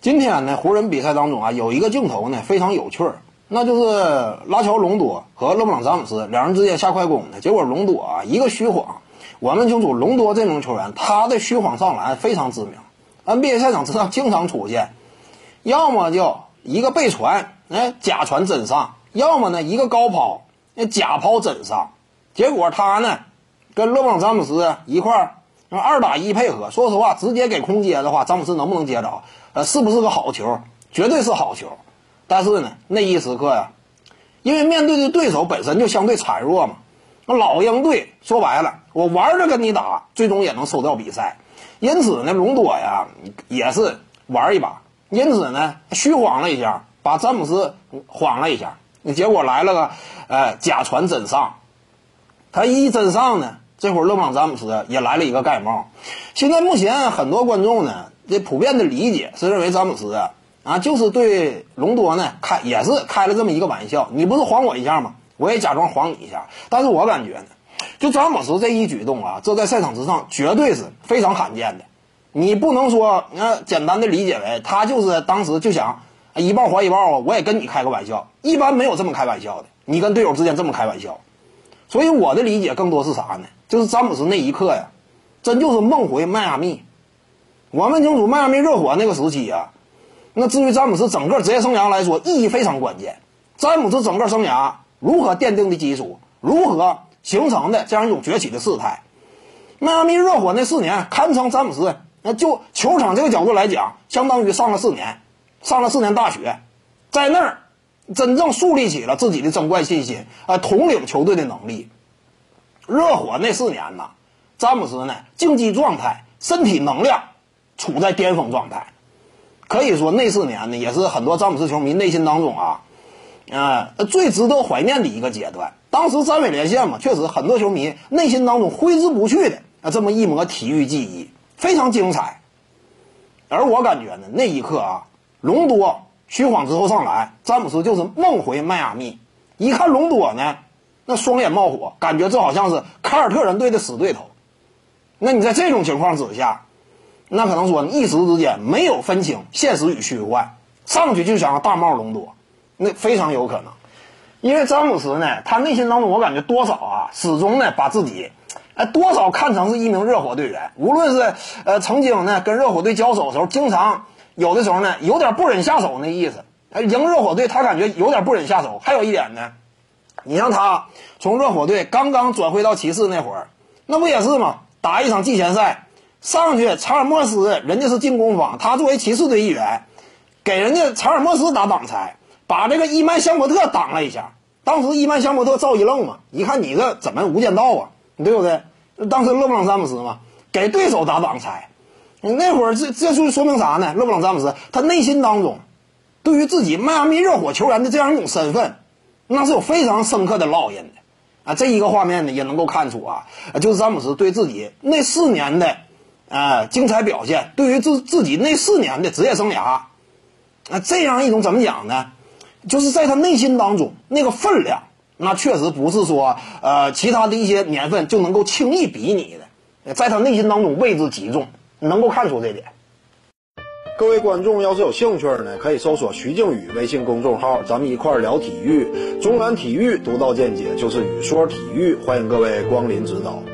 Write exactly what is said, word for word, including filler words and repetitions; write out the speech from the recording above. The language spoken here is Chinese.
今天呢，湖人比赛当中啊，有一个镜头呢非常有趣儿，那就是拉乔·隆多和勒布朗·詹姆斯两人之间下快攻的结果，隆多啊一个虚晃。我们清楚，隆多这种球员，他的虚晃上篮非常致命 ，N B A 赛场之上经常出现，要么就一个背传，哎，假传真上；要么呢一个高抛，那假抛真上。结果他呢跟勒布朗·詹姆斯一块儿二打一配合，说实话，直接给空接的话，詹姆斯能不能接着？呃，是不是个好球？绝对是好球。但是呢，那一时刻呀，因为面对的对手本身就相对孱弱嘛，那老鹰队说白了，我玩着跟你打，最终也能收掉比赛。因此呢，隆多呀也是玩一把，因此呢虚晃了一下，把詹姆斯晃了一下，结果来了个呃假传真上。他一真上呢，这会儿勒布朗詹姆斯也来了一个盖帽。现在目前很多观众呢，这普遍的理解是认为詹姆斯啊啊就是对隆多呢开也是开了这么一个玩笑，你不是晃我一下吗？我也假装晃你一下。但是我感觉呢，就詹姆斯这一举动啊，这在赛场之上绝对是非常罕见的。你不能说呃简单的理解为他就是当时就想一报还一报啊，我也跟你开个玩笑。一般没有这么开玩笑的，你跟队友之间这么开玩笑。所以我的理解更多是啥呢？就是詹姆斯那一刻呀，真就是梦回迈阿密。我们清楚迈阿密热火那个时期啊，那至于詹姆斯整个职业生涯来说，意义非常关键。詹姆斯整个生涯如何奠定的基础，如何形成的这样一种崛起的事态。迈阿密热火那四年堪称詹姆斯，那就球场这个角度来讲，相当于上了四年，上了四年大学，在那儿真正树立起了自己的争冠信心，呃，统领球队的能力。热火那四年呢，詹姆斯呢竞技状态、身体能量处在巅峰状态，可以说那四年呢也是很多詹姆斯球迷内心当中啊，呃，最值得怀念的一个阶段。当时三位连线嘛，确实很多球迷内心当中挥之不去的啊这么一抹体育记忆，非常精彩。而我感觉呢，那一刻啊，隆多虚晃之后上来，詹姆斯就是梦回迈阿密。一看隆多呢，那双眼冒火，感觉这好像是凯尔特人队的死对头。那你在这种情况之下，那可能说一时之间没有分清现实与虚幻，上去就想大帽隆多，那非常有可能。因为詹姆斯呢，他内心当中我感觉多少啊，始终呢把自己哎多少看成是一名热火队员。无论是呃曾经呢跟热火队交手的时候，经常有的时候呢有点不忍下手那意思，赢热火队他感觉有点不忍下手。还有一点呢，你像他从热火队刚刚转会到骑士那会儿，那不也是吗？打一场季前赛上去，查尔莫斯人家是进攻方，他作为骑士队一员，给人家查尔莫斯打挡拆，把这个伊曼香伯特挡了一下。当时伊曼香伯特照一愣嘛，一看你这怎么无间道啊，对不对？当时勒布朗詹姆斯嘛，给对手打挡拆，那会儿这这就说明啥呢？勒布朗詹姆斯他内心当中对于自己迈阿密热火球员的这样一种身份，那是有非常深刻的烙印的啊。这一个画面呢也能够看出啊，就是詹姆斯对自己那四年的呃精彩表现，对于自自己那四年的职业生涯啊，这样一种怎么讲呢？就是在他内心当中那个分量，那确实不是说呃其他的一些年份就能够轻易比拟的，在他内心当中位置极重，能够看出这点。各位观众要是有兴趣呢，可以搜索徐静宇微信公众号，咱们一块聊体育，中南体育独到见解就是语说体育，欢迎各位光临指导。